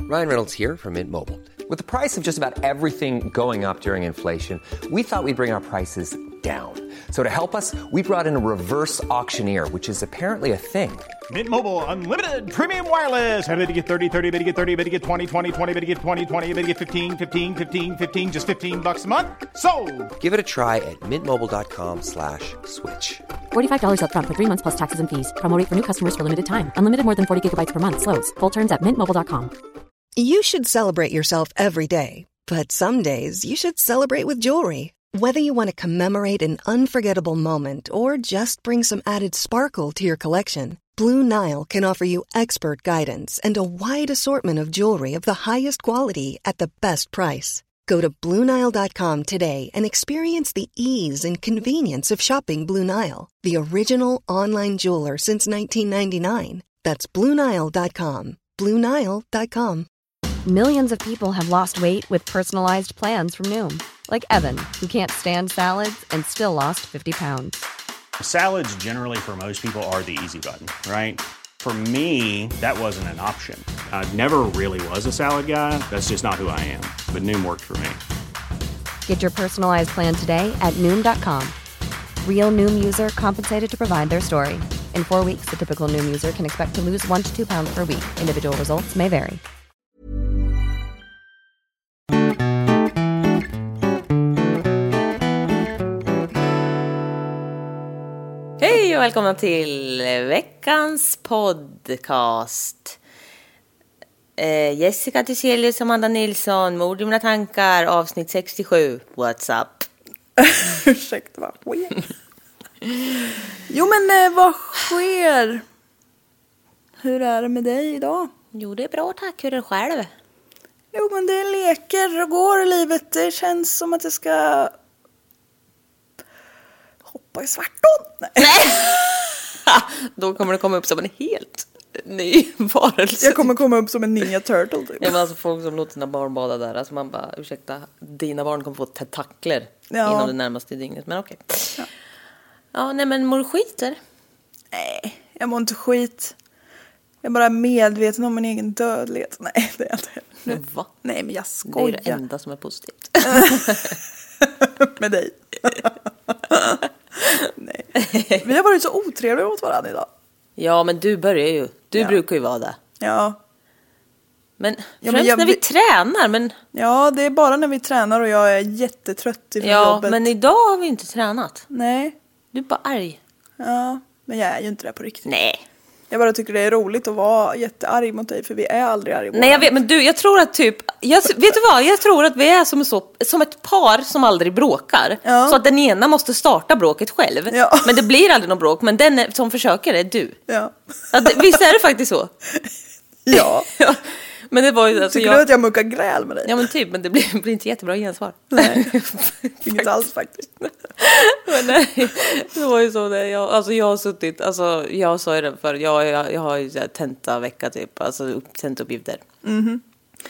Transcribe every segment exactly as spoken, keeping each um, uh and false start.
Ryan Reynolds here from Mint Mobile. With the price of just about everything going up during inflation, we thought we'd bring our prices down. So to help us, we brought in a reverse auctioneer, which is apparently a thing. Mint Mobile Unlimited Premium Wireless. How to get thirty, thirty, how to get thirty, how to get twenty, twenty, twenty, how to get twenty, twenty, how to get fifteen, fifteen, fifteen, fifteen, just fifteen bucks a month? Sold! Give it a try at mintmobile.com slash switch. forty-five dollars up front for three months plus taxes and fees. Promo rate for new customers for limited time. Unlimited more than forty gigabytes per month. Slows full terms at mint mobile dot com. You should celebrate yourself every day. But some days you should celebrate with jewelry. Whether you want to commemorate an unforgettable moment or just bring some added sparkle to your collection, Blue Nile can offer you expert guidance and a wide assortment of jewelry of the highest quality at the best price. Go to blue nile dot com today and experience the ease and convenience of shopping Blue Nile, the original online jeweler since nineteen ninety-nine. That's blue nile dot com. blue nile dot com. Millions of people have lost weight with personalized plans from Noom. Like Evan, who can't stand salads and still lost fifty pounds. Salads generally for most people are the easy button, right? For me, that wasn't an option. I never really was a salad guy. That's just not who I am. But Noom worked for me. Get your personalized plan today at Noom dot com. Real Noom user compensated to provide their story. In four weeks, the typical Noom user can expect to lose one to two pounds per week. Individual results may vary. Hej och välkomna till veckans podcast. Eh, Jessica Thyselius, Amanda Nilsson, Mord i mina tankar, avsnitt sextiosju. What's up? Ursäkta, vad sker? Jo men eh, vad sker? Hur är det med dig idag? Jo, det är bra, tack. Hur är det själv? Jo men det leker och går i livet. Det känns som att jag ska hoppa i svartån. Nej. Nej. Då kommer det komma upp som en helt ny varelse. Jag kommer komma upp som en ninja turtle typ. Ja, men alltså folk som låter sina barn bada där. Alltså man bara, ursäkta, dina barn kommer få tentakler ja. inom det närmaste dygnet. Men okej. Okay. Ja. ja, nej men mår du skiter? Nej, jag mår inte skit. Jag är bara medveten om min egen dödlighet. Nej, det är inte heller. Va? Nej, men jag skojar. Det är det enda som är positivt. Med dig. Nej. Vi har varit så otrevliga mot varandra idag. Ja, men du börjar ju. Du ja. brukar ju vara det. Ja. Men ja, främst men jag, när vi tränar. Men... Ja, det är bara när vi tränar och jag är jättetrött ifrån ja, jobbet. men idag har vi inte tränat. Nej. Du är bara arg. Ja, men jag är ju inte det på riktigt. Nej. Jag bara tycker det är roligt att vara jättearg mot dig, för vi är aldrig arg. Nej, jag vet, men du, jag tror att typ, jag, vet du vad, jag tror att vi är som, så, som ett par som aldrig bråkar. Ja. Så att den ena måste starta bråket själv. Ja. Men det blir aldrig någon bråk, men den är, som försöker är du. Ja. Att, visst är det faktiskt så? Ja. Ja. Men det var ju, alltså, tycker jag... du att jag muckar gräl med dig? Ja men typ, men det blir, blir inte jättebra gensvar. Nej, inget alls faktiskt. Men nej, det var ju så där. Jag, alltså jag har suttit, alltså jag sa ju det för jag, jag, jag har ju tenta vecka typ, alltså upp, tentauppgifter. Mhm.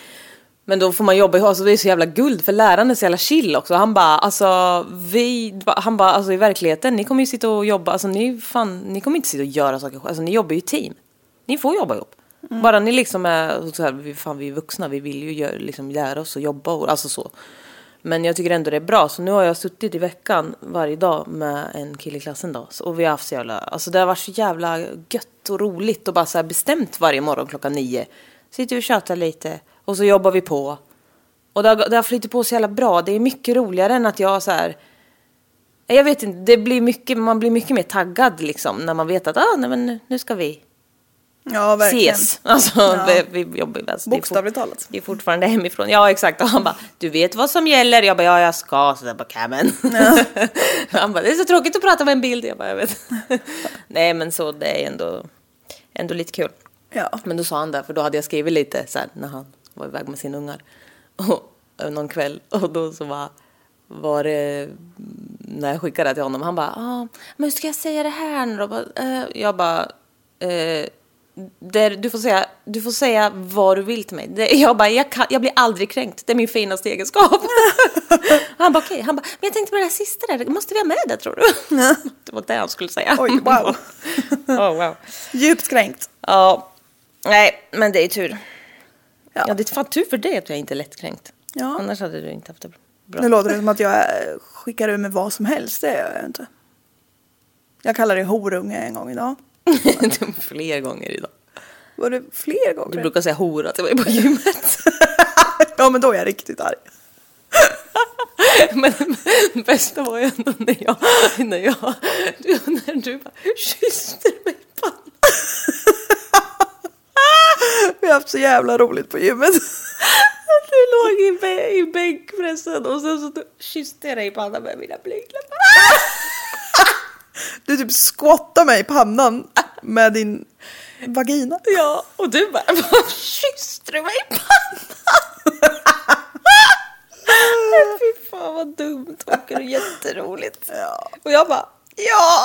Men då får man jobba, alltså det är så jävla guld, för läraren är så jävla chill också. Han bara, alltså vi, han bara, alltså i verkligheten, ni kommer ju sitta och jobba, alltså ni fan, ni kommer inte sitta och göra saker, alltså ni jobbar ju i team. Ni får jobba ihop. Mm. Bara ni liksom är så här, vi, fan, vi är vuxna, vi vill ju gör, liksom, lära oss och jobba och, alltså så. Men jag tycker ändå det är bra. Så nu har jag suttit i veckan varje dag med en kille i klassen då. Så, och vi har haft så jävla, alltså det har varit så jävla gött och roligt och bara så här bestämt varje morgon klockan nio. Sitter vi och tjatar lite och så jobbar vi på. Och det har, det har flyttat på så jävla bra. Det är mycket roligare än att jag så här, jag vet inte, det blir mycket, man blir mycket mer taggad liksom när man vet att ah, nej, men nu ska vi ja, verkligen. ses. Alltså, ja. vi, vi jobbar alltså, bokstavligt talat. Det är fortfarande hemifrån. Ja, exakt. Och han bara, du vet vad som gäller? Jag bara, ja, jag ska. Så jag bara, kamen. Ja. Han bara, det är så tråkigt att prata med en bild. Jag bara, jag vet. Nej, men så det är ändå, ändå lite kul. Ja. Men då sa han det, för då hade jag skrivit lite så här, när han var iväg med sina ungar. Och någon kväll. Och då så var, var det, när jag skickade det till honom, han bara, ah, men hur ska jag säga det här nu då? Jag bara, eh, Där, du, får säga, du får säga vad du vill till mig. Det, jag bara, jag, kan, jag blir aldrig kränkt. Det är min finaste egenskap. Han bara, okej. Okay. Han bara, men jag tänkte på det här sista där. Måste vi ha med det, tror du? Ja. Det var det han skulle säga. Oj, wow. Oh, wow. Djupt kränkt. Ja, nej, men det är tur. Ja, ja det är fan tur för dig att jag inte är lättkränkt. Ja. Annars hade du inte haft det bra. Nu låter det som att jag skickar ur med vad som helst. Det gör jag inte. Jag kallar det horunge en gång idag. Fler gånger idag. Var det fler gånger? Du brukar säga hora till mig på gymmet. Ja, men då är jag riktigt arg. Men det bästa var ju ändå när jag, när jag, du, när du bara kysste mig i pannan. Vi har haft så jävla roligt på gymmet. Du låg i, bä- i bänkpressen och sen så kysste jag dig i pannan med mina blygdläppar. Du typ skottar mig i pannan med din vagina. Ja, och du bara, vad kysste du mig i pannan? Fy fan vad dumt, och det är jätteroligt. Ja. Och jag bara, ja.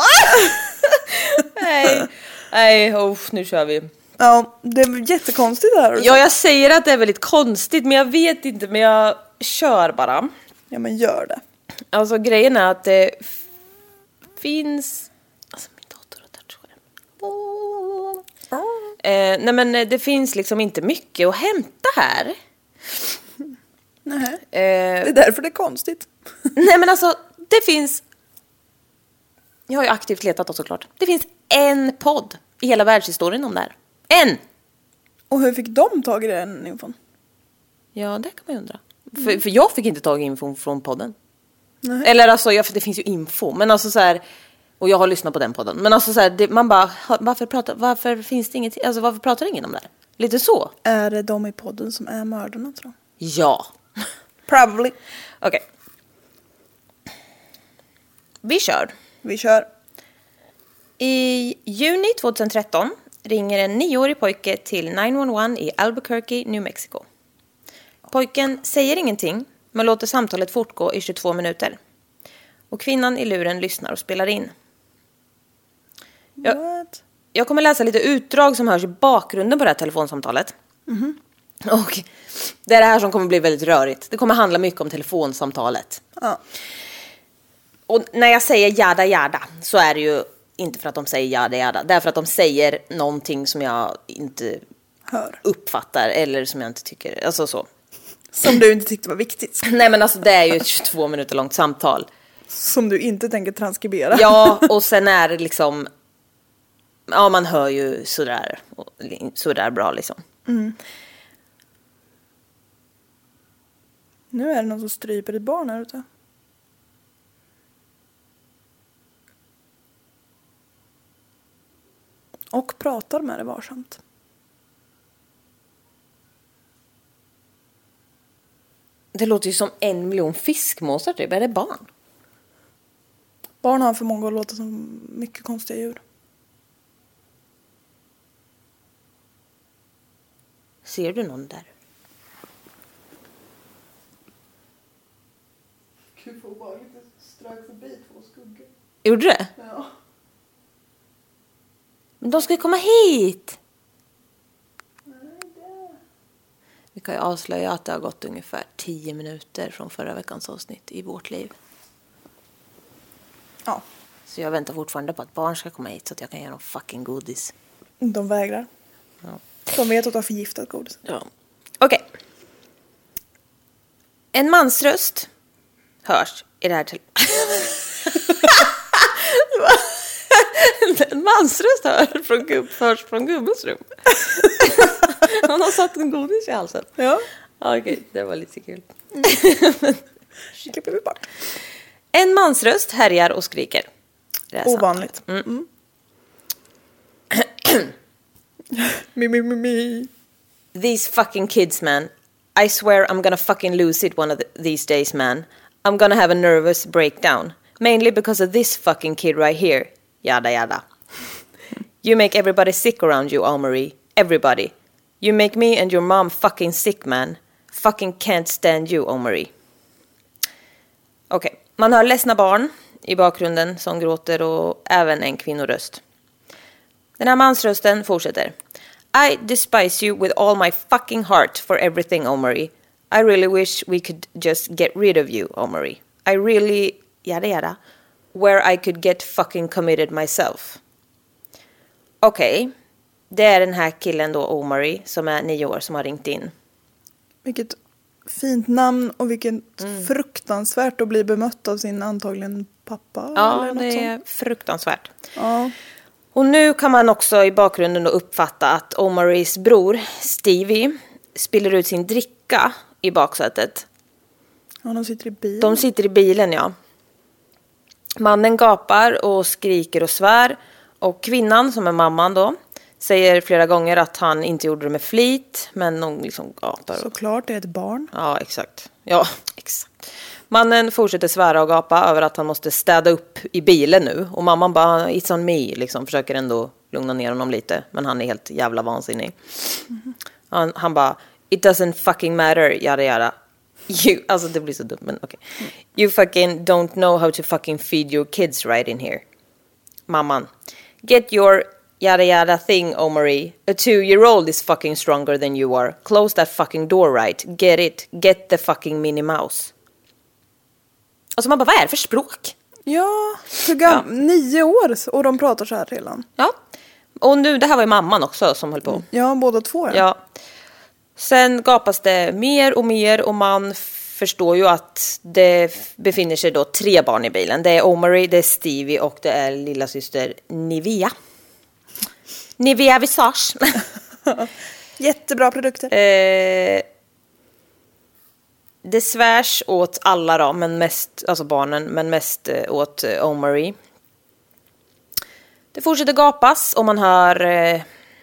Nej, nej, oh, nu kör vi. Ja, det är jättekonstigt det här. Ja, jag säger att det är väldigt konstigt, men jag vet inte, men jag kör bara. Ja, men gör det. Alltså grejen är att det f- finns... Alltså min dator har touchskärm. Eh, nej men det finns liksom inte mycket att hämta här. Nej. Eh, Det är därför det är konstigt. nej men alltså, det finns... Jag har ju aktivt letat då såklart. Det finns en podd i hela världshistorien om det här. En! Och hur fick de tag i den infon? Ja, det kan man ju undra. Mm. För, för jag fick inte tag i info från podden. Nej. Eller alltså, ja, för det finns ju info. Men alltså så här... Och jag har lyssnat på den podden. Men alltså så här, det, man bara... Varför, pratar, varför finns det inget... Alltså varför pratar ingen om det här? Lite så. Är det de i podden som är mördarna, tror jag? Ja. Probably. Okej. Okay. Vi kör. Vi kör. I juni tjugohundratretton ringer en nioårig pojke till nio ett ett i Albuquerque, New Mexico. Pojken säger ingenting, men låter samtalet fortgå i tjugotvå minuter. Och kvinnan i luren lyssnar och spelar in. Jag, What? jag kommer läsa lite utdrag som hörs i bakgrunden på det här telefonsamtalet. Mm-hmm. Och det är det här som kommer bli väldigt rörigt. Det kommer handla mycket om telefonsamtalet. Ja. Och när jag säger jada jada så är det ju inte för att de säger jada jada. Det är för att de säger någonting som jag inte Hör. uppfattar eller som jag inte tycker, alltså så. Som du inte tyckte var viktigt. Nej men alltså det är ju ett tjugotvå minuter långt samtal. Som du inte tänker transkribera. Ja, och sen är det liksom, ja man hör ju sådär, sådär bra liksom. Mm. Nu är det någon som stryper ett barn här ute. Och pratar med det varsamt. Det låter ju som en miljon fiskmåsar typ, är det barn? Barn har för många att låta som mycket konstiga djur. Ser du någon där? Gud vad obehagligt, det strök förbi två skuggor. Gjorde du det? Ja. Men de ska ju komma hit! Vi kan ju avslöja att det har gått ungefär tio minuter från förra veckans avsnitt i vårt liv. Ja. Så jag väntar fortfarande på att barn ska komma hit så att jag kan ge dem fucking godis. De vägrar. Ja. De vet att de har förgiftat godis. Ja. Okej. Okay. En mansröst hörs i det här till... En mansröst hör från gubb, hörs från gubbens rum. Han har satt en godis i halsen. Ja. Okej, okay, det var lite kul. Klipper vi bort. En mansröst härjar och skriker. Det är ovanligt. Mm. Mm. mi, mi, mi, mi. These fucking kids, man. I swear I'm gonna fucking lose it one of the, these days, man. I'm gonna have a nervous breakdown. Mainly because of this fucking kid right here. Yada yada. You make everybody sick around you, Omari. Everybody. You make me and your mom fucking sick, man. Fucking can't stand you, Omari. Okej, okay. Man hör ledsna barn i bakgrunden som gråter och även en kvinnoröst. Den här mansrösten fortsätter. I despise you with all my fucking heart for everything, Omari. I really wish we could just get rid of you, Omari. I really... Yada yada. Where I could get fucking committed myself. Okej. Okay. Det är den här killen då, Omari, som är nio år, som har ringt in. Vilket fint namn och vilket mm. fruktansvärt att bli bemött av sin antagligen pappa. Ja, eller något det är sånt. fruktansvärt. Ja. Och nu kan man också i bakgrunden då uppfatta att Omarys bror Stevie spiller ut sin dricka i baksätet. Ja, de sitter i bilen. De sitter i bilen, ja. Mannen gapar och skriker och svär. Och kvinnan, som är mamman då, säger flera gånger att han inte gjorde det med flit. Men hon liksom gapar. Såklart, det är ett barn. Ja, exakt. Ja, exakt. Mannen fortsätter svära och gapa över att han måste städa upp i bilen nu. Och mamman bara, it's on me, liksom. Försöker ändå lugna ner honom lite. Men han är helt jävla vansinnig. Mm. Han, han bara, it doesn't fucking matter, yada yada. You, alltså det blir så dumt, men okej. Okay. You fucking don't know how to fucking feed your kids right in here. Mamman. Get your yada yada thing, Omari. A two-year-old is fucking stronger than you are. Close that fucking door right. Get it. Get the fucking Minnie Mouse. Alltså man bara, vad är det för språk? Ja, hur gam- ja. nio år och de pratar så här redan. Ja, och nu, det här var ju mamman också som höll på. Ja, båda två. Ja. Ja. Sen gapas det mer och mer och man förstår ju att det befinner sig då tre barn i bilen. Det är Omari, det är Stevie och det är lilla syster Nivea. Nivea Visage. Jättebra produkter. Eh, det svärs åt alla då, men mest, alltså barnen, men mest åt Omari. Det fortsätter gapas och man hör eh,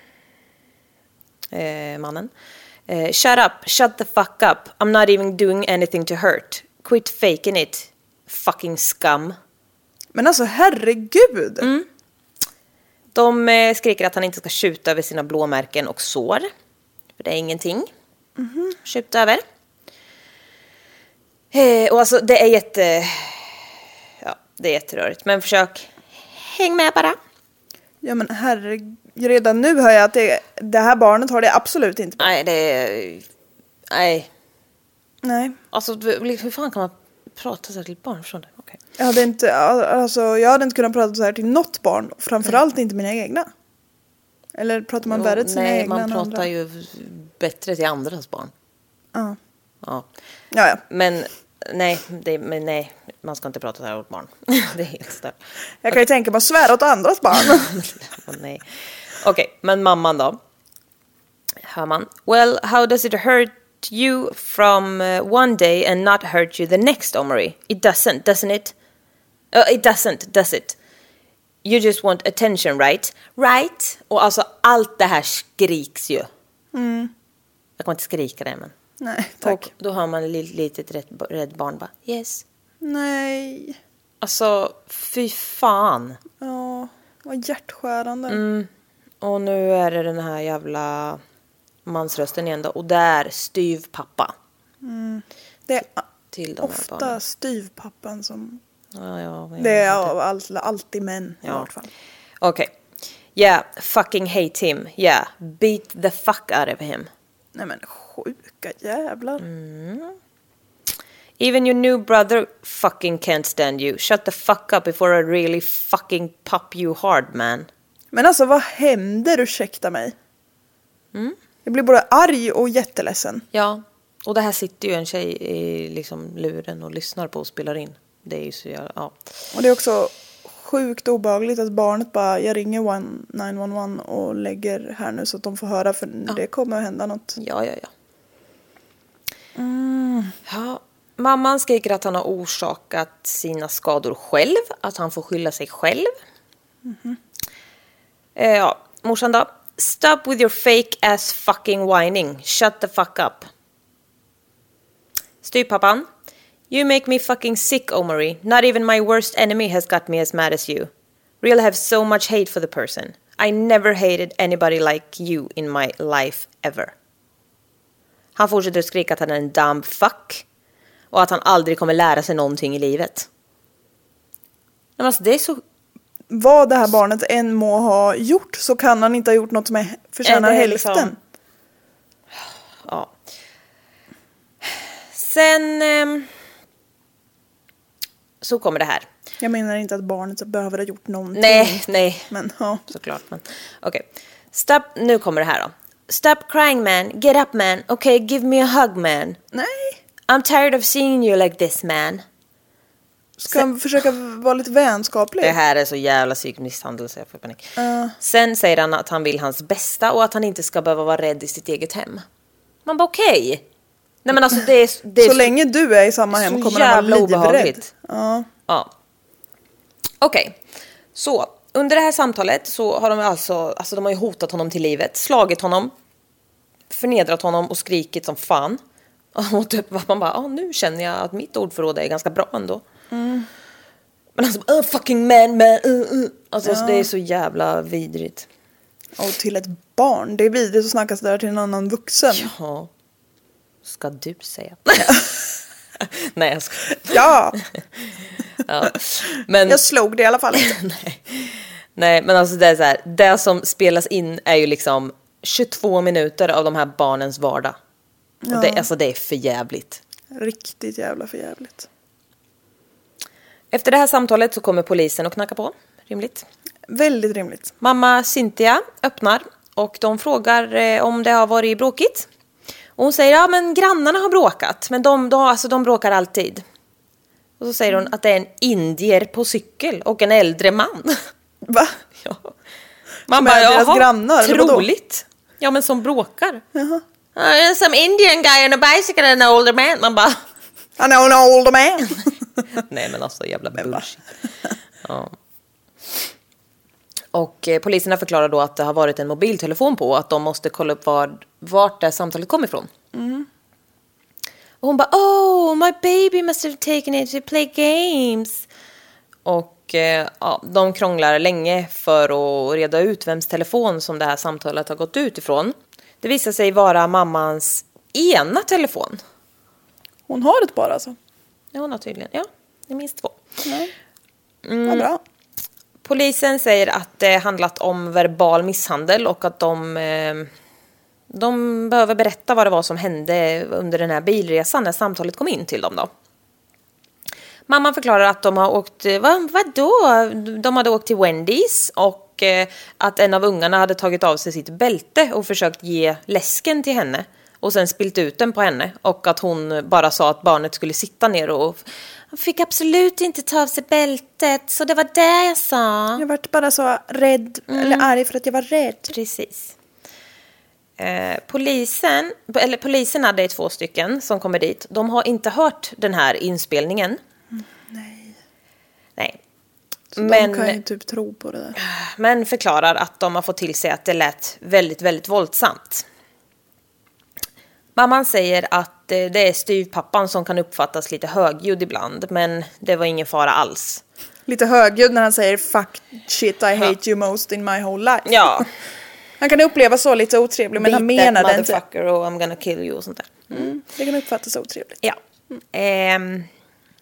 eh, mannen. Uh, shut up, shut the fuck up. I'm not even doing anything to hurt. Quit faking it. Fucking scum. Men alltså herregud. Mm. De eh, skriker att han inte ska skjuta över sina blåmärken och sår. För det är ingenting. Mm-hmm. Skjuta över. Eh, och alltså det är jätte... Ja, det är jätterörigt. Men försök häng med bara. Ja men herregud. Redan nu hör jag att det, det här barnet har det absolut inte bra. Nej, det är... Nej. Nej. Alltså, hur fan kan man prata så här till ett barn? Från det? Okay. Jag hade inte, alltså, jag hade inte kunnat prata så här till något barn. Framförallt nej. Inte mina egna. Eller pratar man värre till sina nej, egna? Nej, man pratar andra? ju bättre till andras barn. Ja. Ja. Ja, ja. Men... Nej, det, men nej, man ska inte prata så här åt barn. Det är helt stört. Jag kan ju tänka mig att svära åt andras barn. Nej. Okej, okay, men mamman då? Hör man. Well, how does it hurt you from uh, one day and not hurt you the next, Omari? It doesn't, doesn't it? Uh, it doesn't, does it? You just want attention, right? Right? Och alltså allt det här skriks ju. Mm. Jag kommer inte skrika det, men... Nej, tack. Och då har man ett litet rädd, rädd barn bara, yes. Nej. Alltså, fy fan. Ja, vad hjärtskärande. Mm. Och nu är det den här jävla mansrösten igen då. Och där, styvpappa. Mm. Det är till de ofta styvpappan som... Ja, ja, det är av all, alltid män ja. I vart fall. Okej. Okay. Yeah, fucking hate him. Yeah, beat the fuck out of him. Nej men sjuka jävlar. Mm. Even your new brother fucking can't stand you. Shut the fuck up before I really fucking pop you hard, man. Men alltså vad händer, ursäkta mig? Mm. Jag blir både arg och jätteledsen. Ja, och det här sitter ju en tjej i liksom luren och lyssnar på och spelar in. Det är ju så jävla, ja. Och det är också sjukt obehagligt att barnet bara, jag ringer nio ett ett och lägger här nu så att de får höra, för ja. Det kommer att hända något. Ja, ja, ja. Mm. Ja, mamman skriker att han har orsakat sina skador själv, att han får skylla sig själv. Mm-hmm. Eh, ja, morsan då. Stop with your fake ass fucking whining. Shut the fuck up. Styvpappan. You make me fucking sick, Omari. Not even my worst enemy has got me as mad as you. Really have so much hate for the person. I never hated anybody like you in my life ever. Han fortsätter skrika att han är en dumb fuck. Och att han aldrig kommer lära sig någonting i livet. Men alltså det är så... Vad det här barnet än må ha gjort så kan han inte ha gjort något som är förtjänar hälften. Liksom... Ja. Sen... Eh... Så kommer det här. Jag menar inte att barnet behöver ha gjort någonting. Nej, nej. Men ja. Såklart. Men... Okej. Okay. Stop. Nu kommer det här då. Stop crying man, get up man, okay, give me a hug man. Nej. I'm tired of seeing you like this man. Ska han försöka vara lite vänskaplig? Det här är så jävla psykmisshandel så jag får panik. Uh. Sen säger han att han vill hans bästa och att han inte ska behöva vara rädd i sitt eget hem. Man bara okej. Okay. Nej men alltså det är, det är så, så länge du är i samma hem kommer han vara livrädd. Ja. Ja. Okej. Okay. Så under det här samtalet så har de alltså, alltså de har ju hotat honom till livet, slagit honom, förnedrat honom och skrikit som fan. Och typ man bara, ah, nu känner jag att mitt ordförråd är ganska bra ändå. Mm. Men alltså, oh, fucking man, man, uh, uh. Alltså, ja. Alltså det är så jävla vidrigt. Och till ett barn, det är vidrigt att snacka sådär till en annan vuxen. Ja. Ska du säga? Nej, jag ska. Ja. Ja. Men jag slog det i alla fall inte. Nej. Nej, men alltså det är så här, det som spelas in är ju liksom tjugotvå minuter av de här barnens vardag. Ja. Och det, alltså det är för jävligt. Riktigt jävla för jävligt. Efter det här samtalet så kommer polisen och knackar på. Rimligt. Väldigt rimligt. Mamma Cynthia öppnar och de frågar eh, om det har varit bråkigt. Och hon säger, ja men grannarna har bråkat. Men de, de, alltså, de bråkar alltid. Och så säger hon att det är en indier på cykel och en äldre man. Va? Ja. Man bara, deras grannar, troligt. Ja men som bråkar. Jaha. Uh, some Indian guy on a bicycle and an older man. Man bara... I know an older man. Nej men alltså jävla bullshit. Ja. Och eh, poliserna förklarar då att det har varit en mobiltelefon på. Att de måste kolla upp var, vart det samtalet kom ifrån. Mm. Och hon bara, oh my baby must have taken it to play games. Och eh, ja, de krånglar länge för att reda ut vems telefon som det här samtalet har gått ut ifrån. Det visar sig vara mammans ena telefon. Hon har ett bara alltså? Ja, hon har tydligen. Ja, det är minst två. Nej. Mm. Vad bra. Polisen säger att det handlat om verbal misshandel och att de, eh, de behöver berätta vad det var som hände under den här bilresan när samtalet kom in till dem då. Mamman förklarar att de har åkt, vad, vadå? De hade åkt till Wendy's och eh, att en av ungarna hade tagit av sig sitt bälte och försökt ge läsken till henne. Och sen spilt ut den på henne. Och att hon bara sa att barnet skulle sitta ner och... Han fick absolut inte ta av sig bältet. Så det var det jag sa. Jag var bara så rädd. Mm. Eller arg för att jag var rädd. Precis. Eh, polisen... Eller poliserna, det är två stycken som kommer dit. De har inte hört den här inspelningen. Mm, nej. Nej. Så men, de kan ju typ tro på det där. Men förklarar att de har fått till sig att det lät väldigt, väldigt våldsamt. Mamman säger att det är styvpappan som kan uppfattas lite högljudd ibland. Men det var ingen fara alls. Lite högljudd när han säger fuck shit I hate ja. you most in my whole life. Ja. Han kan uppleva så lite otrevligt men han menar det inte. Motherfucker och I'm gonna kill you och sånt där. Mm. Mm. Det kan uppfattas otrevligt. Ja. Mm. Eh,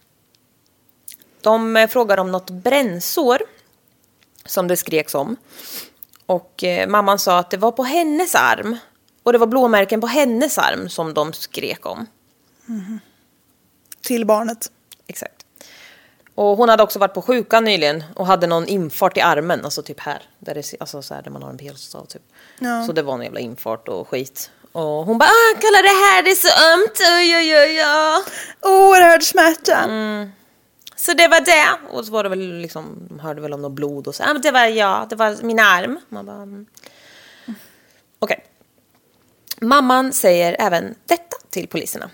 de frågar om något brännsår som det skreks om. Och eh, mamman sa att det var på hennes arm. Och det var blåmärken på hennes arm som de skrek om. Mm. Till barnet. Exakt. Och hon hade också varit på sjukan nyligen och hade någon infart i armen. Alltså typ här. Där, det, alltså så här, där man har en pelstav typ. Ja. Så det var en jävla infart och skit. Och hon bara, ah, kolla det här, det är så ömt. Oj, oj, oj, oj. Oerhörd smärta. Mm. Så det var det. Och så var det väl liksom, de hörde väl om något blod och så. Ah, men det var ja, det var min arm. Man bara, mm. Okej. Okay. Mamman säger även detta till poliserna.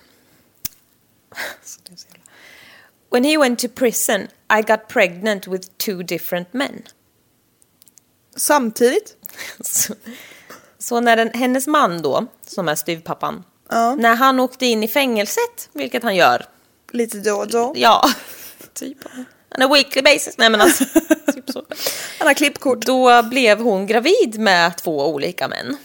When he went to prison, I got pregnant with two different men. Samtidigt? Så, så när den, hennes man då, som är styvpappan, ja. När han åkte in i fängelset, vilket han gör. Lite då och då? Ja, typ. On a weekly basis. Nej men alltså, typ så. Han har klippkort. Då blev hon gravid med två olika män.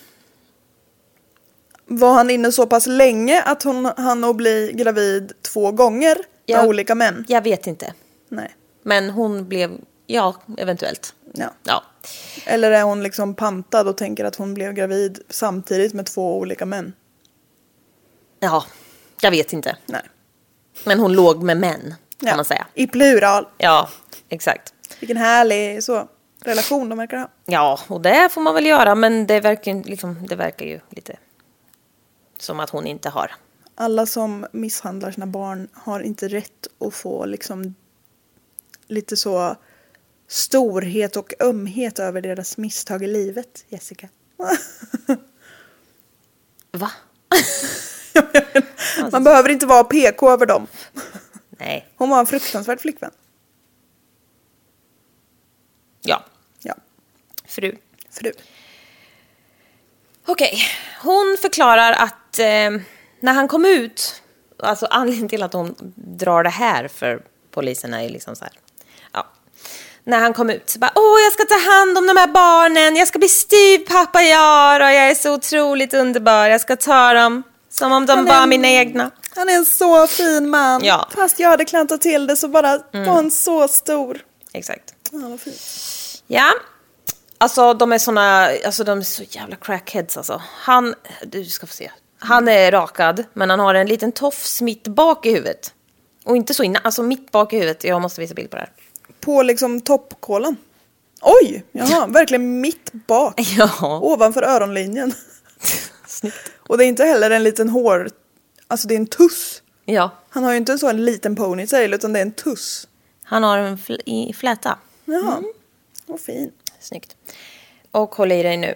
Var han inne så pass länge att hon hann att bli gravid två gånger med jag, olika män? Jag vet inte. Nej. Men hon blev, ja, eventuellt. Ja. Ja. Eller är hon liksom pantad och tänker att hon blev gravid samtidigt med två olika män? Ja, jag vet inte. Nej. Men hon låg med män, kan ja. man säga. I plural. Ja, exakt. Vilken härlig så. relation de verkar ha. Ja, och det får man väl göra, men det verkar, liksom, det verkar ju lite som att hon inte har. Alla som misshandlar sina barn har inte rätt att få liksom lite så storhet och ömhet över deras misstag i livet, Jessica. Va? Man behöver inte vara P K över dem. Nej. Hon var en fruktansvärd flickvän. Ja. Ja. Fru. Fru. Okej. Hon förklarar att eh, när han kom ut, alltså anledningen till att hon drar det här för poliserna är liksom så här. Ja. När han kom ut så bara, åh jag ska ta hand om de här barnen, jag ska bli styvpappa jag, och jag är så otroligt underbar, jag ska ta dem som om de Han var är- mina egna. Han är en så fin man. Ja. Fast jag hade klantat till det så bara var han så stor. Exakt. Ja, vad fint. Ja, alltså de är såna, alltså de är så jävla crackheads alltså. Han, du ska få se. Han är rakad, men han har en liten tofs mitt bak i huvudet. Och inte så innan, alltså mitt bak i huvudet. Jag måste visa bild på det här. På liksom toppkålen. Oj, jaha, verkligen mitt bak. Ja. Ovanför öronlinjen. Snyggt. Och det är inte heller en liten hår, alltså det är en tuss. Ja, Han har ju inte så en liten ponytail utan det är en tuss. han har en fl- i fläta. Jaha, mm. Vad fin. Snyggt. Och håll i dig nu.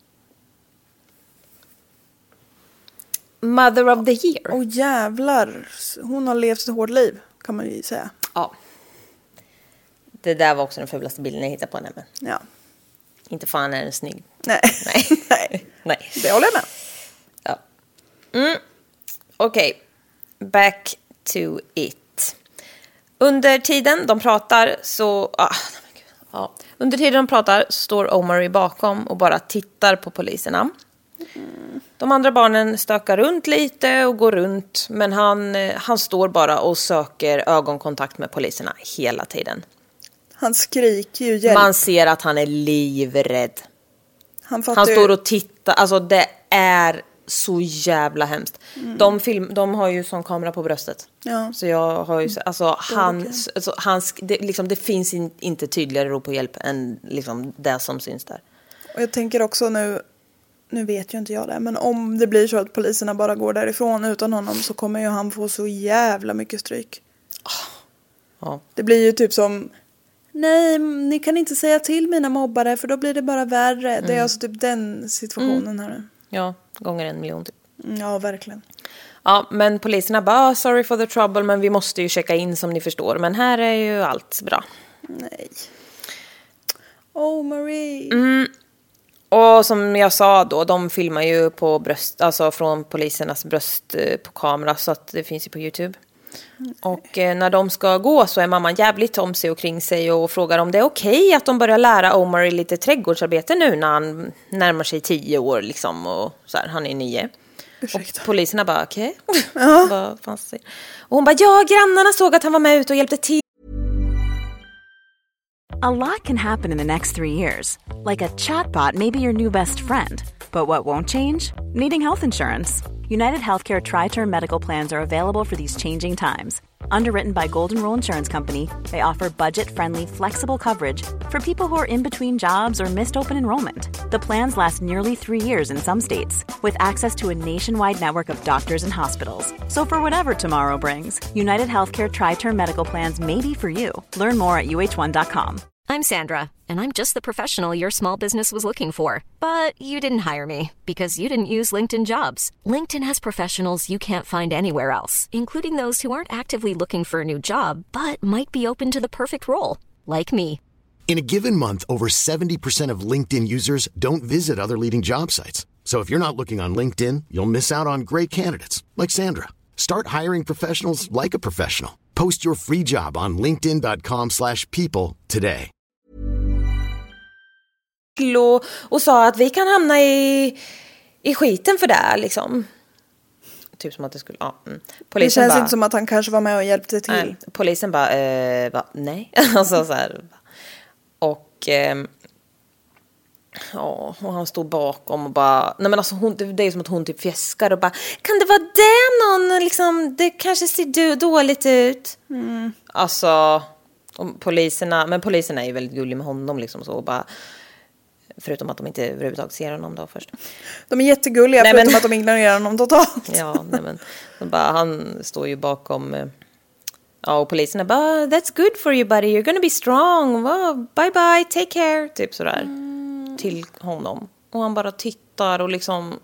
Mother of the year. Åh jävlar, hon har levt ett hårt liv kan man ju säga. Ja. Det där var också den fulaste bilden jag hittade på henne. Men Ja, inte fan är den snygg. nej. Nej. Nej, Nej. det håller jag med. Ja. Mm. Okej. Back to it. Under tiden de pratar så... Ah, nej, men gud. Ja. Under tiden de pratar står Omari bakom och bara tittar på poliserna. Mm. De andra barnen stökar runt lite och går runt. Men han, han står bara och söker ögonkontakt med poliserna hela tiden. Han skriker ju hjälp. Man ser att han är livrädd. Han, fattar Han ju- står och tittar. Alltså det är så jävla hemskt. Mm. De, film, de har ju sån kamera på bröstet. Ja. Så jag har ju... Alltså, han, okej. alltså, han, det, liksom, det finns in, inte tydligare rop på hjälp än liksom, det som syns där. Och jag tänker också nu, nu vet ju inte jag det, men om det blir så att poliserna bara går därifrån utan honom så kommer ju han få så jävla mycket stryk. Ja. Det blir ju typ som, nej, ni kan inte säga till mina mobbare för då blir det bara värre. Mm. Det är alltså typ den situationen här. Ja, gånger en miljon typ. Mm, ja, verkligen. Ja, men poliserna bara, oh, sorry for the trouble, men vi måste ju checka in som ni förstår. Men här är ju allt bra. Nej. Oh, Marie. Mm. Och som jag sa då, de filmar ju på bröst, alltså från polisernas bröst eh, på kamera, så att det finns ju på YouTube. Och eh, när de ska gå så är mamman jävligt om sig och kring sig och frågar om det är okej att de börjar lära Omar lite trädgårdsarbete nu när han närmar sig tio år liksom, och så här, han är nio. Ursäkta. Och poliserna bara, okej. Okay. Vad fan säger? Och hon bara, ja, grannarna såg att han var med ut och hjälpte till. A lot can happen in the next three years. Like a chatbot may be your new best friend. But what won't change? Needing health insurance. United Healthcare Tri-Term Medical Plans are available for these changing times. Underwritten by Golden Rule Insurance Company, they offer budget-friendly, flexible coverage for people who are in between jobs or missed open enrollment. The plans last nearly three years in some states, with access to a nationwide network of doctors and hospitals. So for whatever tomorrow brings, United Healthcare Tri-Term Medical Plans may be for you. Learn more at U H one dot com. I'm Sandra, and I'm just the professional your small business was looking for. But you didn't hire me because you didn't use LinkedIn Jobs. LinkedIn has professionals you can't find anywhere else, including those who aren't actively looking for a new job, but might be open to the perfect role, like me. In a given month, over seventy percent of LinkedIn users don't visit other leading job sites. So if you're not looking on LinkedIn, you'll miss out on great candidates like Sandra. Start hiring professionals like a professional. Post your free job on linkedin dot com slash people today. Och, och sa att vi kan hamna i, i skiten för det liksom. Typ som att det skulle, ja. Mm. Det känns bara, inte som att han kanske var med och hjälpte till. Nej, polisen bara, eh, va, nej. Alltså så här. Och eh, ja, och han stod bakom och bara, nej men alltså hon, det är som att hon typ fjäskar och bara, kan det vara det någon liksom, det kanske ser dåligt ut. Mm. Alltså, Och poliserna, men poliserna är ju väldigt gulliga med honom liksom så, och bara, förutom att de inte överhuvudtaget ser honom då först. De är jättegulliga, nej, förutom men... att de ignorerar honom totalt. Ja, nej, men de bara, han står ju bakom, ja, och poliserna bara, that's good for you buddy, you're gonna be strong, wow, bye bye, take care, typ sådär, mm. till honom. Och han bara tittar och liksom...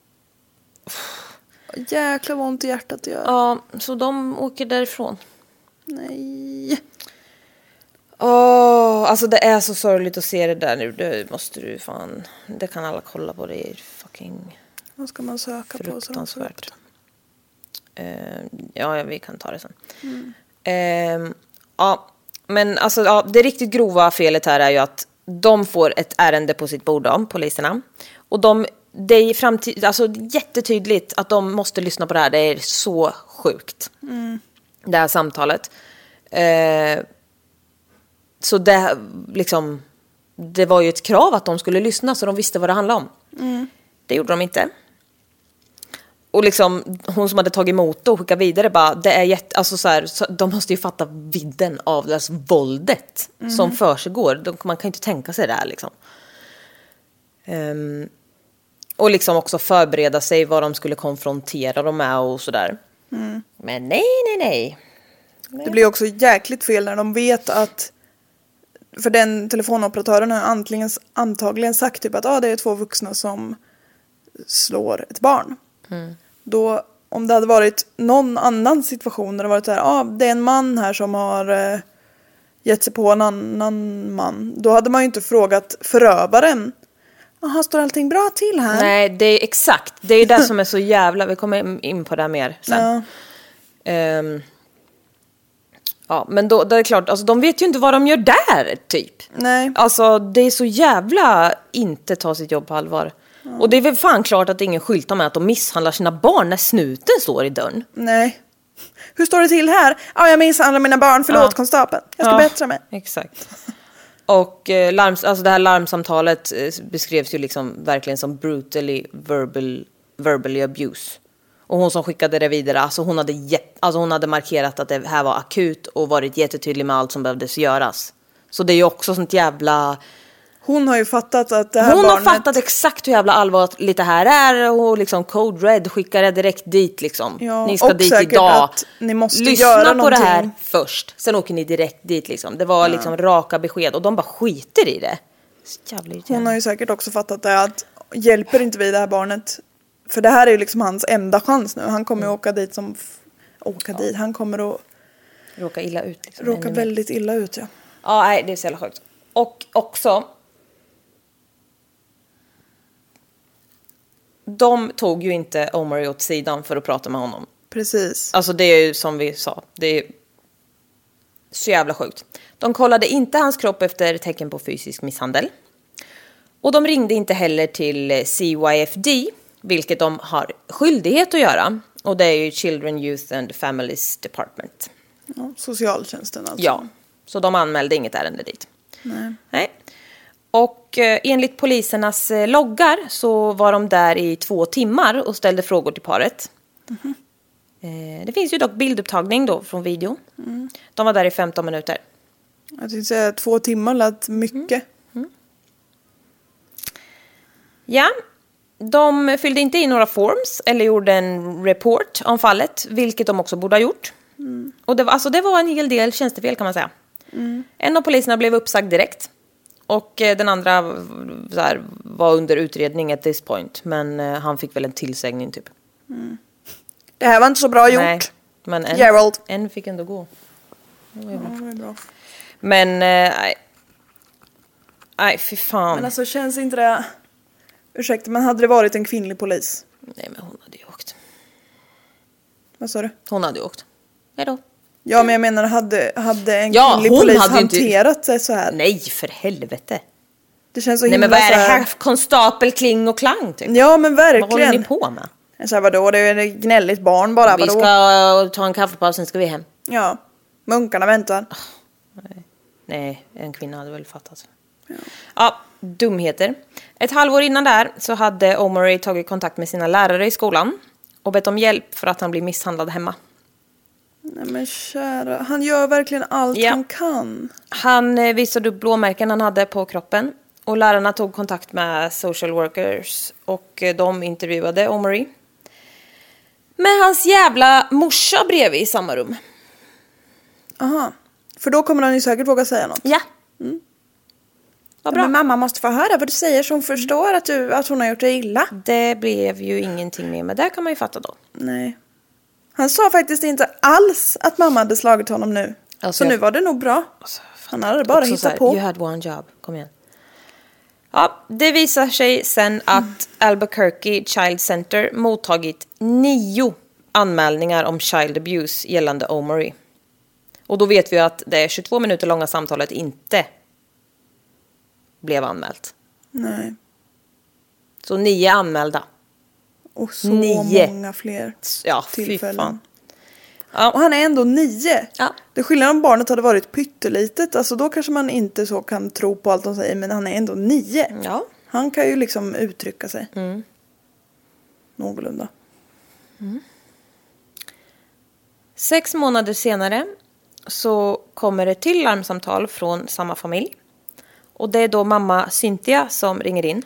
Jäkla vad ont i hjärtat det gör. Ja, så de åker därifrån. Nej. Åh, oh, alltså det är så sorgligt att se det där nu. Det måste du fan... Det kan alla kolla på, det är fucking... Vad ska man söka på? Fruktansvärt. Uh, ja, vi kan ta det sen. Mm. Uh, ja, men alltså ja, det riktigt grova felet här är ju att de får ett ärende på sitt bord om poliserna. Och de, det är framtid, alltså jättetydligt att de måste lyssna på det här. Det är så sjukt. Mm. Det här samtalet. Eh, så det liksom, det var ju ett krav att de skulle lyssna så de visste vad det handlade om. Mm. Det gjorde de inte. Och liksom hon som hade tagit emot och skickat vidare bara, det är jätte, alltså så här, så de måste ju fatta vidden av deras våldet mm. som försiggår. De, man kan ju inte tänka sig det här liksom. Um, och liksom också förbereda sig vad de skulle konfrontera dem med och sådär. Mm. Men nej, nej, nej. Det blir också jäkligt fel när de vet att, för den telefonoperatören har antagligen, antagligen sagt typ att ah, det är två vuxna som slår ett barn. Mm. Då, om det hade varit någon annan situation där det varit så här, ah, det är en man här som har eh, gett sig på en annan man, då hade man ju inte frågat förövaren. Jaha, står allting bra till här? Nej, det är exakt. Det är det som är så jävla... Vi kommer in på det mer sen. Ja, um, ja men då, då är det klart, alltså, de vet ju inte vad de gör där, typ. Nej. Alltså, det är så jävla inte ta sitt jobb på allvar. Ja. Och det är väl fan klart att ingen skyltar med att de misshandlar sina barn när snuten står i dörren. Nej. Hur står det till här? Ja, jag misshandlar mina barn, förlåt ja. konstapeln. Jag ska ja, bättra mig. Exakt. Och eh, larms, alltså det här larmsamtalet eh, beskrevs ju liksom verkligen som brutally verbal, verbally abuse. Och hon som skickade det vidare, alltså hon hade, get, alltså hon hade markerat att det här var akut och varit jättetydlig med allt som behövdes göras. Så det är ju också sånt jävla... Hon har ju fattat att det här Hon barnet... har fattat exakt hur jävla allvarligt det här är. Och liksom Code Red skickar det direkt dit liksom. Ja, ni ska dit idag. Att ni måste lyssna göra på någonting. det här först. Sen åker ni direkt dit liksom. Det var ja. liksom raka besked. Och de bara skiter i det. Jävla Hon har ju säkert också fattat det. Att hjälper inte vi det här barnet. För det här är ju liksom hans enda chans nu. Han kommer mm. att åka dit som... Åka ja. dit. Han kommer att... Råka illa ut. Liksom, råka väldigt illa ut, ja. Ja, nej, det är så jävla sjukt. Och också... De tog ju inte Omari åt sidan för att prata med honom. Precis. Alltså det är ju som vi sa. Det är så jävla sjukt. De kollade inte hans kropp efter tecken på fysisk misshandel. Och de ringde inte heller till C Y F D. Vilket de har skyldighet att göra. Och det är ju Children, Youth and Families Department. Ja, socialtjänsten alltså. Ja, så de anmälde inget ärende dit. Nej. Nej. Och eh, enligt polisernas eh, loggar så var de där i två timmar och ställde frågor till paret. Mm-hmm. Eh, det finns ju dock bildupptagning då från video. Mm. De var där i femton minuter. Jag tänkte säga två timmar lät mycket. Mm. Mm. Ja, de fyllde inte i några forms eller gjorde en report om fallet, vilket de också borde ha gjort. Mm. Och det var, alltså, det var en hel del tjänstefel kan man säga. Mm. En av poliserna blev uppsagd direkt. Och den andra så här, var under utredning at this point. Men eh, han fick väl en tillsägning typ. Mm. Det här var inte så bra gjort. Nej, men en, Gerald. en fick ändå gå. Det var ju bra. Ja, det var bra. Men, eh, nej. Nej, fy fan. Men alltså känns inte det... Ursäkta, men hade det varit en kvinnlig polis? Nej, men hon hade ju åkt. Vad sa du? Hon hade ju åkt. Hej då. Ja, men jag menar, hade, hade en ja, kvinnlig polis hanterat inte... sig så här? Nej, för helvete. Det känns så Nej, himla men vad är det här... här? Konstapel, kling och klang, typ. Ja, men verkligen. Vad håller ni på med? Jag sa, vadå? Det är ett gnälligt barn bara. Vi vadå? ska ta en kaffepaus, sen ska vi hem. Ja, munkarna väntar. Oh, nej. nej, en kvinna hade väl fattat. Ja. Ja, dumheter. Ett halvår innan där så hade Omari tagit kontakt med sina lärare i skolan och bett om hjälp för att han blev misshandlad hemma. Nej men kära, han gör verkligen allt ja. han kan. Han eh, visade upp blåmärken han hade på kroppen. Och lärarna tog kontakt med social workers. Och eh, de intervjuade Omari. Med hans jävla morsa bredvid i samma rum. Aha, för då kommer han ju säkert våga säga något. Ja. Mm. Vad bra. Men mamma måste få höra vad du säger så hon förstår att, du, att hon har gjort dig illa. Det blev ju ingenting mer, men det kan man ju fatta då. Nej. Han sa faktiskt inte alls att mamma hade slagit honom nu. Alltså, så jag... nu var det nog bra. Alltså, han hade bara hittat här, på. You had one job, kom igen. Ja, det visar sig sen att mm. Albuquerque Child Center mottagit nio anmälningar om child abuse gällande Omari. Och då vet vi att det tjugotvå minuter långa samtalet inte blev anmält. Nej. Så nio anmälda. Och så nio. många fler ja, tillfällen. Fy fan. Ja. Och han är ändå nio. Ja. Det skillnad om barnet hade varit pyttelitet. Alltså då kanske man inte så kan tro på allt de säger. Men han är ändå nio. Ja. Han kan ju liksom uttrycka sig. Mm. Någorlunda. Mm. Sex månader senare så kommer det till larmsamtal från samma familj. Och det är då mamma Cynthia som ringer in.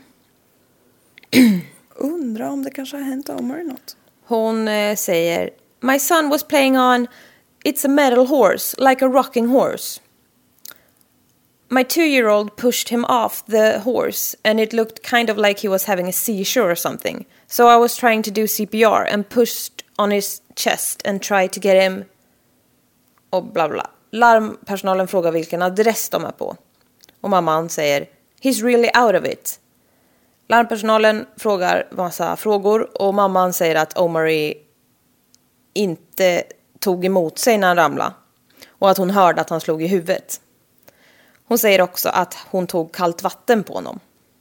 Undrar om det kanske har hänt Omari något. Hon eh, säger: My son was playing on It's a metal horse, like a rocking horse. My two-year-old pushed him off the horse and it looked kind of like he was having a seizure or something. So I was trying to do C P R and pushed on his chest and tried to get him... Och bla bla. Larmpersonalen frågar vilken adress de är på. Och mamman säger: He's really out of it. Larmpersonalen frågar massa frågor och mamman säger att Omari inte tog emot sig när han ramlade och att hon hörde att han slog i huvudet. Hon säger också att hon tog kallt vatten på honom.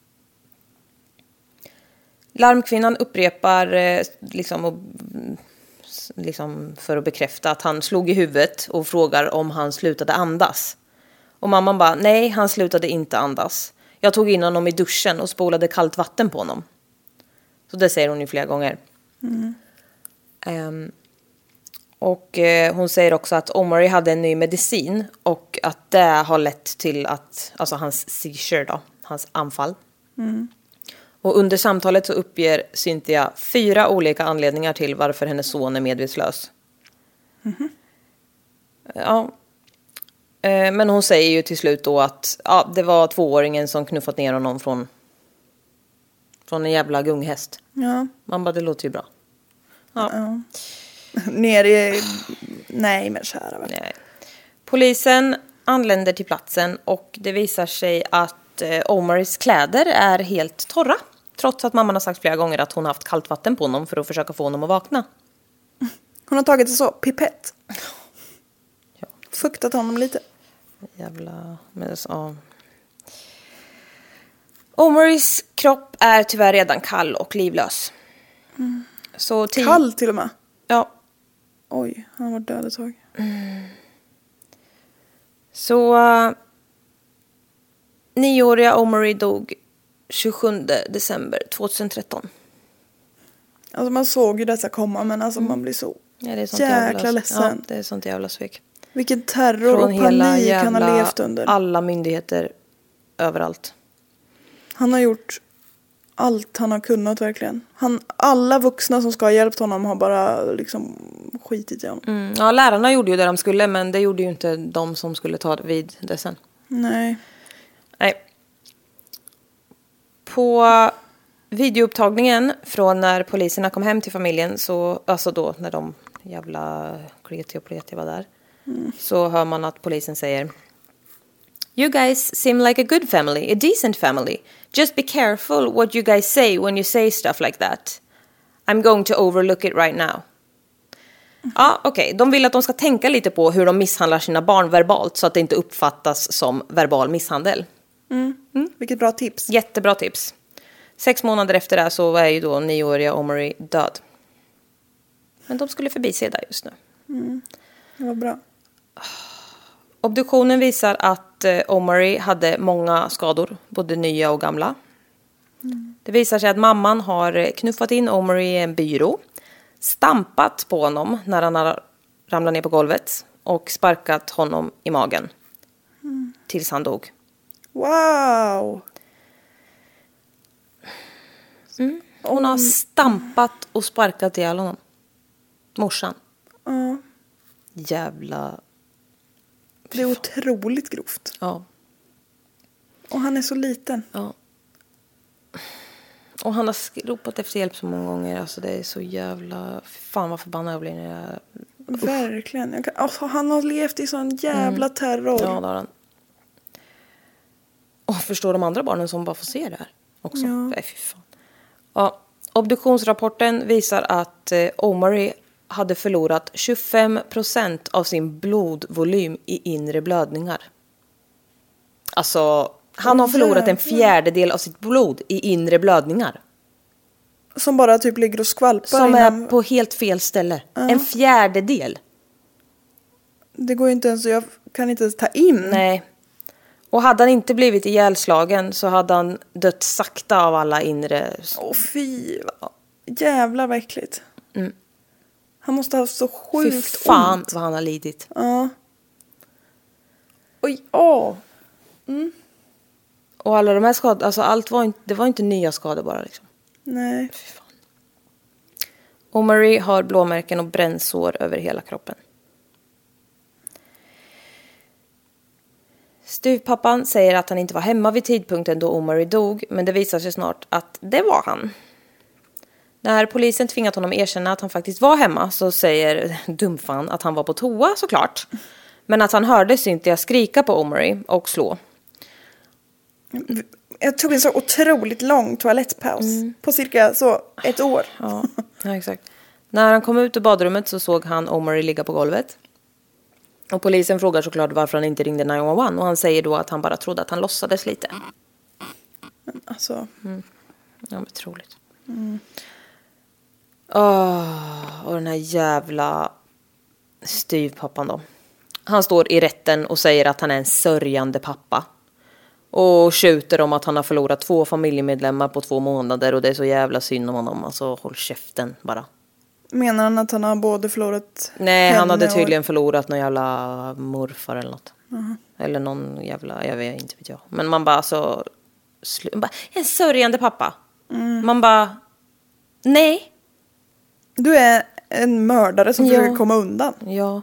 Larmkvinnan upprepar liksom, och, liksom för att bekräfta att han slog i huvudet och frågar om han slutade andas. Och mamman bara: nej, han slutade inte andas. Jag tog in honom i duschen och spolade kallt vatten på honom. Så det säger hon ju flera gånger. Mm. Um, och uh, hon säger också att Omari hade en ny medicin. Och att det har lett till att, alltså hans seizure då, hans anfall. Mm. Och under samtalet så uppger Cynthia fyra olika anledningar till varför hennes son är medvetslös. Mm. Ja. Men hon säger ju till slut då att ja, det var tvååringen som knuffat ner honom från, från en jävla gunghäst. Ja. Man bara, det låter ju bra. Ja. Ja. Ner i... Nej, men kära väl. Nej. Polisen anländer till platsen och det visar sig att eh, Omaris kläder är helt torra. Trots att mamman har sagt flera gånger att hon har haft kallt vatten på honom för att försöka få honom att vakna. Hon har tagit det så, pipett. Ja. Fuktat honom lite. Jävla... Men så... Omaris kropp är tyvärr redan kall och livlös. Mm. Så tio... Kall till och med? Ja. Oj, han var död ett tag. Mm. Så... Uh, nioåriga Omari dog tjugosjunde december tjugohundratretton. Alltså man såg ju dessa komma, men alltså mm. man blir så ja, det är sånt jäkla jävla... ledsen. Ja, det är sånt jävla svek. Vilken terror från och panik han har levt under. Alla myndigheter överallt. Han har gjort allt han har kunnat verkligen. Han, alla vuxna som ska ha hjälpt honom har bara liksom skitit i honom. Mm. Ja, lärarna gjorde ju det de skulle, men det gjorde ju inte de som skulle ta vid det sen. Nej. Nej. På videoupptagningen från när poliserna kom hem till familjen, så, alltså då när de jävla kleti och pleti var där, mm. så hör man att polisen säger: You guys seem like a good family, a decent family. Just be careful what you guys say when you say stuff like that. I'm going to overlook it right now. Mm. Ja, okej. Okay. De vill att de ska tänka lite på hur de misshandlar sina barn verbalt så att det inte uppfattas som verbal misshandel. Mm. Mm. Vilket bra tips. Jättebra tips. Sex månader efter det så är ju då nioåriga Omari död. Men de skulle förbi sig där just nu. Mm. Det var bra. Obduktionen visar att Omari hade många skador, både nya och gamla. Mm. Det visar sig att mamman har knuffat in Omari i en byrå, stampat på honom när han har ramlat ner på golvet och sparkat honom i magen. Mm. Tills han dog. Wow! Mm. Hon har stampat och sparkat ihjäl honom. Morsan. Ja. Jävla... Det är otroligt grovt. Ja. Och han är så liten. Ja. Och han har ropat efter hjälp så många gånger. Alltså det är så jävla... Fan vad förbannad jag blir när jag... Verkligen. Jag kan... alltså, han har levt i sån jävla terror. Ja, det har han. Och förstår de andra barnen som bara får se det här också. Ja. Nej, fy fan. Ja. Obduktionsrapporten visar att eh, Omari hade förlorat tjugofem procent av sin blodvolym i inre blödningar. Alltså, han har förlorat en fjärdedel av sitt blod i inre blödningar. Som bara typ ligger och skvalpar. Som innan... är på helt fel ställe. Uh-huh. En fjärdedel. Det går ju inte ens, jag kan inte ens ta in. Nej. Och hade han inte blivit ihjälslagen så hade han dött sakta av alla inre... Åh fy, jävla vad äckligt. Mm. Han måste ha så sjukt ont. Fy fan ont. Vad han har lidit. Ja. Oj, åh. Mm. Och alla de här skadorna, alltså allt var inte, det var inte nya skador bara liksom. Nej. Fy fan. Omari har blåmärken och brännsår över hela kroppen. Styvpappan säger att han inte var hemma vid tidpunkten då Omari dog, men det visar sig snart att det var han. När polisen tvingat honom erkänna att han faktiskt var hemma så säger dumfan att han var på toa såklart. Men att han hörde Cynthia skrika på Omari och slå. Jag tog en så otroligt lång toalettpaus mm. på cirka så ett år. Ja, ja, exakt. När han kom ut ur badrummet så såg han Omari ligga på golvet. Och polisen frågar såklart varför han inte ringde nio ett ett. Och han säger då att han bara trodde att han låtsades lite. Men alltså... Mm. Ja, men troligt. Mm. Oh, och den här jävla styvpappan då. Han står i rätten och säger att han är en sörjande pappa. Och tjuter om att han har förlorat två familjemedlemmar på två månader. Och det är så jävla synd om honom. Alltså håll käften bara. Menar han att han har både förlorat... Nej, han hade tydligen och... förlorat någon jävla morfar eller något. Uh-huh. Eller någon jävla, jag vet inte vet jag. Men man bara så... Sl- bara, en sörjande pappa. Mm. Man bara... Nej. Du är en mördare som ja. försöker komma undan. Ja.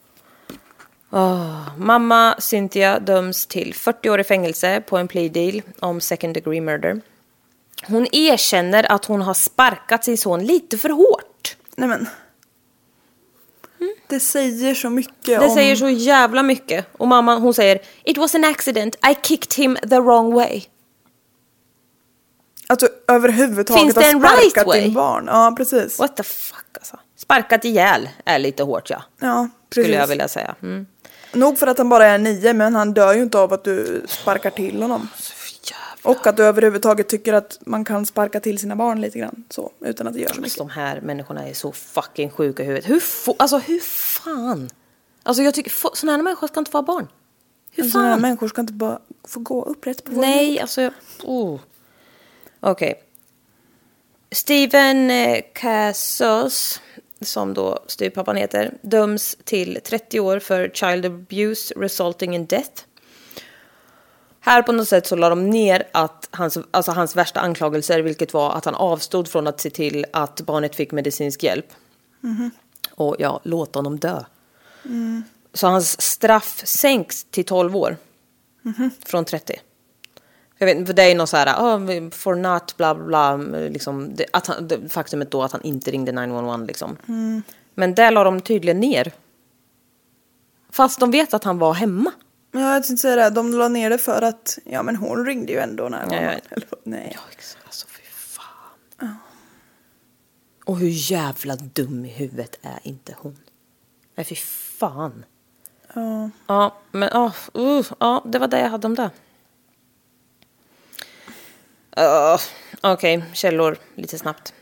Oh. Mamma Cynthia döms till fyrtio år i fängelse på en plea deal om second degree murder. Hon erkänner att hon har sparkat sin son lite för hårt. Nej men. Mm. Det säger så mycket Det om... säger så jävla mycket. Och mamma hon säger it was an accident. I kicked him the wrong way. Alltså överhuvudtaget finns det en har sparkat right way? Din barn. Ja, precis. What the fuck alltså. Sparkat ihjäl är lite hårt ja. Ja, precis. Skulle jag vilja säga. Mm. Nog för att han bara är nio, men han dör ju inte av att du sparkar till honom. Och att du överhuvudtaget tycker att man kan sparka till sina barn lite grann så, utan att det gör så mycket. De här människorna är så fucking sjuka i huvudet. Hur, få, alltså, hur fan? Alltså jag tycker, sådana här människor ska inte få barn. Hur fan? Sådana här människor ska inte bara få gå upprätt på vår Nej, jord. alltså jag... Oh. Okej. Okay. Steven Cassos, som då styvpappan heter, döms till trettio år för child abuse resulting in death. Här på något sätt så la de ner att hans, alltså hans värsta anklagelser, vilket var att han avstod från att se till att barnet fick medicinsk hjälp. Mm-hmm. Och ja, låt honom dö. Mm. Så hans straff sänks till tolv år. Mm-hmm. Från trettio. Jag vet, för det är någon så här, oh, for not, bla bla, liksom, det, att han, det, faktumet då att han inte ringde nio ett ett liksom. Mm. Men där la de tydligen ner. Fast de vet att han var hemma. Ja, jag tänkte säga det. De la ner det för att, ja men hon ringde ju ändå när ja, hon... Ja. Nej. Ja, alltså fy fan. Ja. Och hur jävla dum i huvudet är inte hon? Nej, fy fan. Ja. Ja, men oh, uh, ja, det var det jag hade om det. Uh, Okej, okay, källor lite snabbt.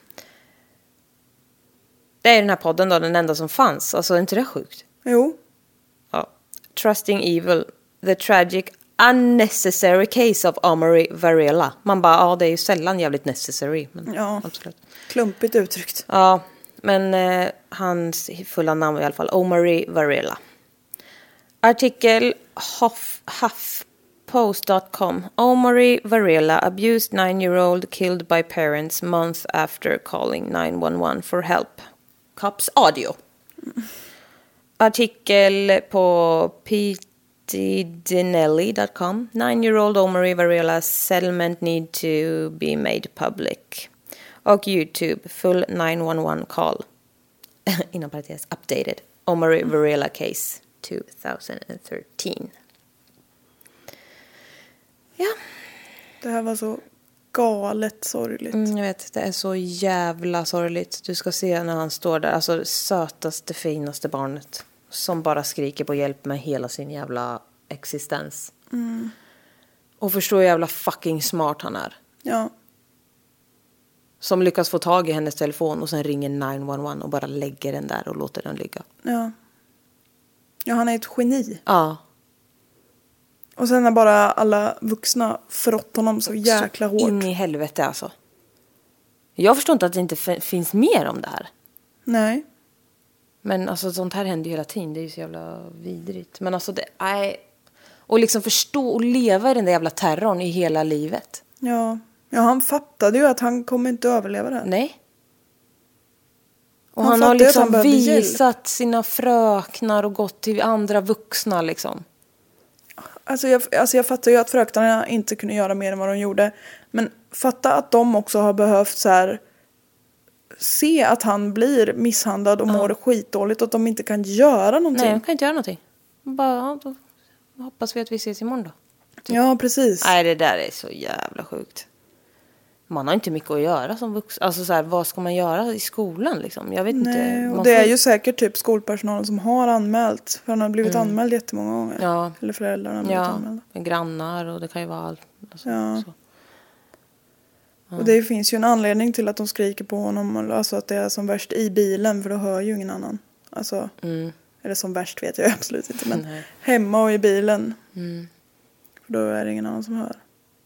Det är den här podden då, den enda som fanns. Alltså, är inte det sjukt? Jo. Ja. Trusting Evil, the tragic unnecessary case of Omari Varela. Man bara, ja det är ju sällan jävligt necessary. Men ja, absolut. Klumpigt uttryckt. Ja, Men eh, hans fulla namn var i alla fall Omari Varela. Artikel Huff, HuffPost dot com. Omari Varela abused nine-year-old killed by parents month after calling nine one one for help. Cops audio. Mm. Artikel på p t dinelli dot com. Nine-year-old Omari Varela's settlement need to be made public. Och YouTube, full nine one one call. Inom parentes, updated. Omari Varela case twenty thirteen. Ja. Det här var så galet sorgligt. Mm, jag vet, det är så jävla sorgligt. Du ska se när han står där, alltså sötaste, finaste barnet. Som bara skriker på hjälp med hela sin jävla existens. Mm. Och förstå hur jävla fucking smart han är. Ja. Som lyckas få tag i hennes telefon och sen ringer nine one one och bara lägger den där och låter den ligga. Ja. Ja, han är ett geni. Ja. Och sen är bara alla vuxna förrått honom så jäkla så hårt. In i helvete alltså. Jag förstår inte att det inte f- finns mer om det här. Nej. Men alltså sånt här händer ju hela tiden. Det är ju så jävla vidrigt. Men alltså det är... Och liksom förstå och leva i den där jävla terrorn i hela livet. Ja. Ja, han fattade ju att han kommer inte överleva det här. Nej. Och han, han har liksom han visat hjälp. sina fröknar och gått till andra vuxna liksom. Alltså jag, alltså jag fattar ju att fröknarna inte kunde göra mer än vad de gjorde. Men fatta att de också har behövt så här, se att han blir misshandlad och ja. mår skitdåligt och att de inte kan göra någonting. Nej, de kan inte göra någonting. Bara, då hoppas vi att vi ses imorgon då. Typ. Ja, precis. Nej, det där är så jävla sjukt. Man har inte mycket att göra som vuxen. Alltså så här, vad ska man göra i skolan liksom? Jag vet Nej, inte. Och det får... är ju säkert typ skolpersonalen som har anmält. För han har blivit mm. anmäld jättemånga gånger. Ja. Eller föräldrarna har blivit ja. anmälda. Grannar och det kan ju vara allt. Alltså, ja. Så. Ja. Och det finns ju en anledning till att de skriker på honom. Alltså att det är som värst i bilen. För då hör ju ingen annan. Alltså, mm. eller som värst vet jag absolut inte. Men Nej. hemma och i bilen. Mm. För då är det ingen annan som hör.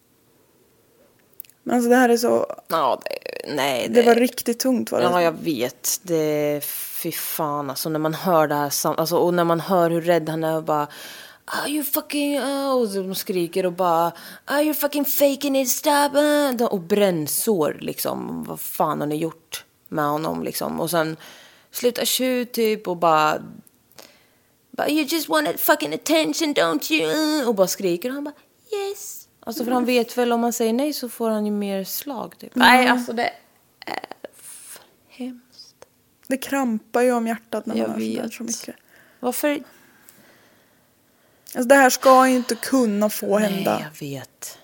Men alltså det här är så... Ja, det, nej. Det, det var riktigt tungt var det. Ja, jag vet. Det, fy fan. Alltså när man hör det här. Alltså, och när man hör hur rädd han är och bara... Are you fucking... Uh, och de skriker och bara... Are you fucking faking it? Stop! Uh, och brännsår liksom. Vad fan har ni gjort med honom liksom? Och sen... Sluta tjut typ och bara... But you just wanted fucking attention, don't you? Uh, och bara skriker. Och han bara... Yes! Alltså för han vet väl om man säger nej så får han ju mer slag typ. Mm. Nej, alltså det är för hemskt. Det krampar ju om hjärtat när man jag hör vet. sådär så mycket. Varför? Alltså det här ska ju inte kunna få nej, hända. Nej, jag vet.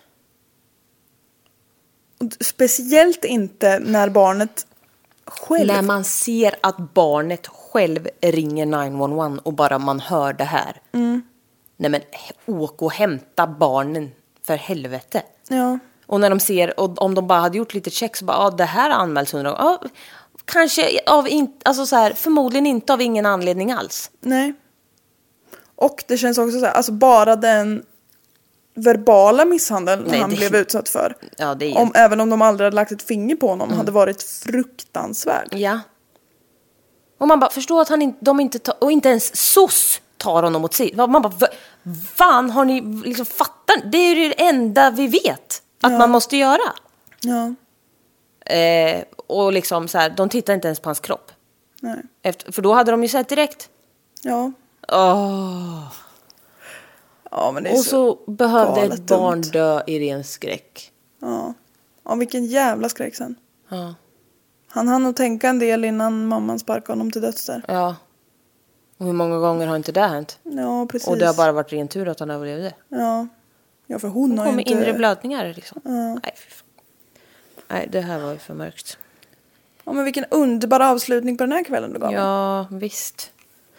Och speciellt inte när barnet själv... När man ser att barnet själv ringer nine one one och bara man hör det här. Mm. Nej men åk och hämta barnen. För helvete. Ja. Och när de ser, och om de bara hade gjort lite check så bara, ja ah, det här anmäls hundra gånger. Ah, kanske av, in, alltså så här, förmodligen inte av ingen anledning alls. Nej. Och det känns också så här, alltså bara den verbala misshandeln Nej, han det... blev utsatt för. Ja, det är om, även om de aldrig hade lagt ett finger på honom, mm. hade varit fruktansvärd. Ja. Och man bara förstår att han in, de inte tar, och inte ens S O S tar honom åt sig. Man bara, fan har ni liksom fattat? Det är ju det enda vi vet att ja. man måste göra. Ja. Eh, och liksom så här, de tittar inte ens på hans kropp. Nej. Efter, för då hade de ju sett direkt. Ja. Åh. Ja, men det är och så, så behövde ett barn dumt. dö i ren skräck. Ja. Ja, vilken jävla skräck sen. Ja. Han hann nog tänka en del innan mamman sparkade honom till döds där. Ja. Och hur många gånger har inte det hänt? Ja, precis. Och det har bara varit ren tur att han överlevde. Ja. Ja, för hon, hon har ju inte... inre blödningar liksom. Ja. Nej, Nej, det här var ju för mörkt. Ja, men vilken underbar avslutning på den här kvällen du gav. Ja, visst.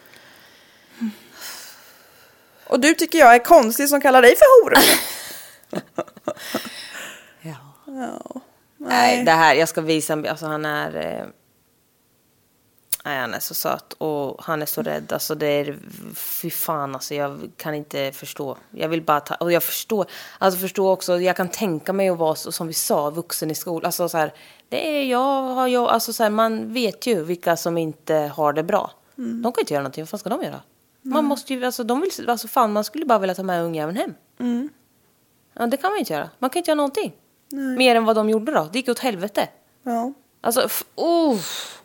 Och du tycker jag är konstig som kallar dig för hora. ja. Ja. Nej. Nej, det här, jag ska visa, alltså han är... Eh, Nej, han är så söt och han är så rädd. Alltså det är, fy fan alltså, jag kan inte förstå. Jag vill bara ta, och jag förstår, alltså förstå också, jag kan tänka mig att vara så, som vi sa, vuxen i skolan. Alltså så här, det är jag, har jag, alltså så här, man vet ju vilka som inte har det bra. Mm. De kan inte göra någonting, vad fan ska de göra? Mm. Man måste ju, alltså de vill, alltså fan, man skulle bara vilja ta med ungjäveln hem. Mm. Ja, det kan man inte göra. Man kan inte göra någonting. Nej. Mer än vad de gjorde då. Det gick åt helvete. Ja. Alltså, f- oh.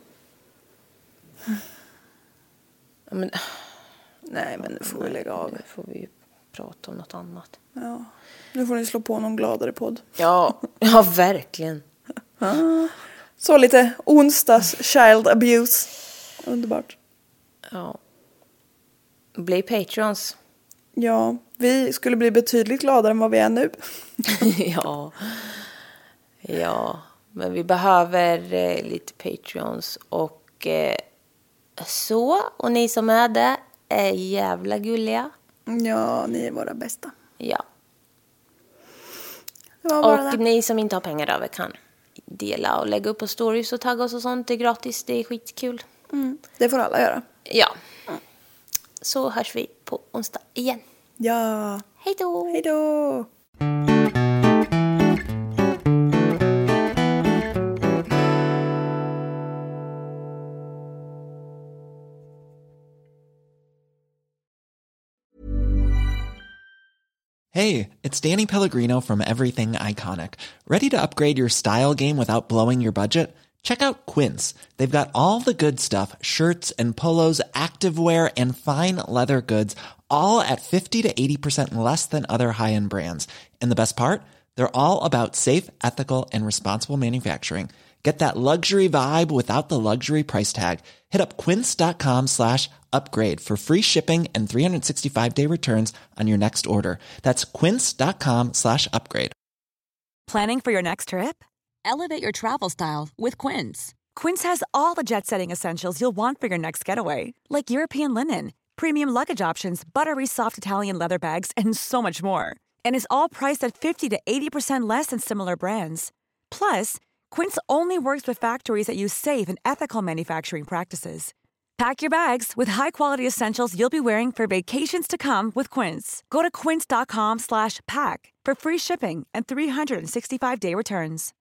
Men, nej, men nu får vi lägga av. Nu får vi prata om något annat. Ja. Nu får ni slå på någon gladare podd. Ja, ja verkligen. Så lite onsdags child abuse. Underbart. Ja. Bli Patreons. Ja, vi skulle bli betydligt gladare än vad vi är nu. Ja. Ja, men vi behöver eh, lite Patreons och eh, så, och ni som är det är jävla gulliga. Ja, ni är våra bästa. Ja. Det var bara och det. Ni som inte har pengar över kan dela och lägga upp på stories och tagga oss och sånt. Det är gratis, det är skitkul. Mm, det får alla göra. Ja. Mm. Så hörs vi på onsdag igen. Ja. Hej då. Hej då. Hey, it's Danny Pellegrino from Everything Iconic. Ready to upgrade your style game without blowing your budget? Check out Quince. They've got all the good stuff, shirts and polos, activewear, and fine leather goods, all at fifty to eighty percent less than other high-end brands. And the best part? They're all about safe, ethical, and responsible manufacturing. Get that luxury vibe without the luxury price tag. Hit up quince.com slash upgrade for free shipping and three sixty-five day returns on your next order. That's quince.com slash upgrade. Planning for your next trip? Elevate your travel style with Quince. Quince has all the jet-setting essentials you'll want for your next getaway, like European linen, premium luggage options, buttery soft Italian leather bags, and so much more. And is all priced at fifty to eighty percent less than similar brands. Plus, Quince only works with factories that use safe and ethical manufacturing practices. Pack your bags with high-quality essentials you'll be wearing for vacations to come with Quince. Go to quince.com slash pack for free shipping and three sixty-five day returns.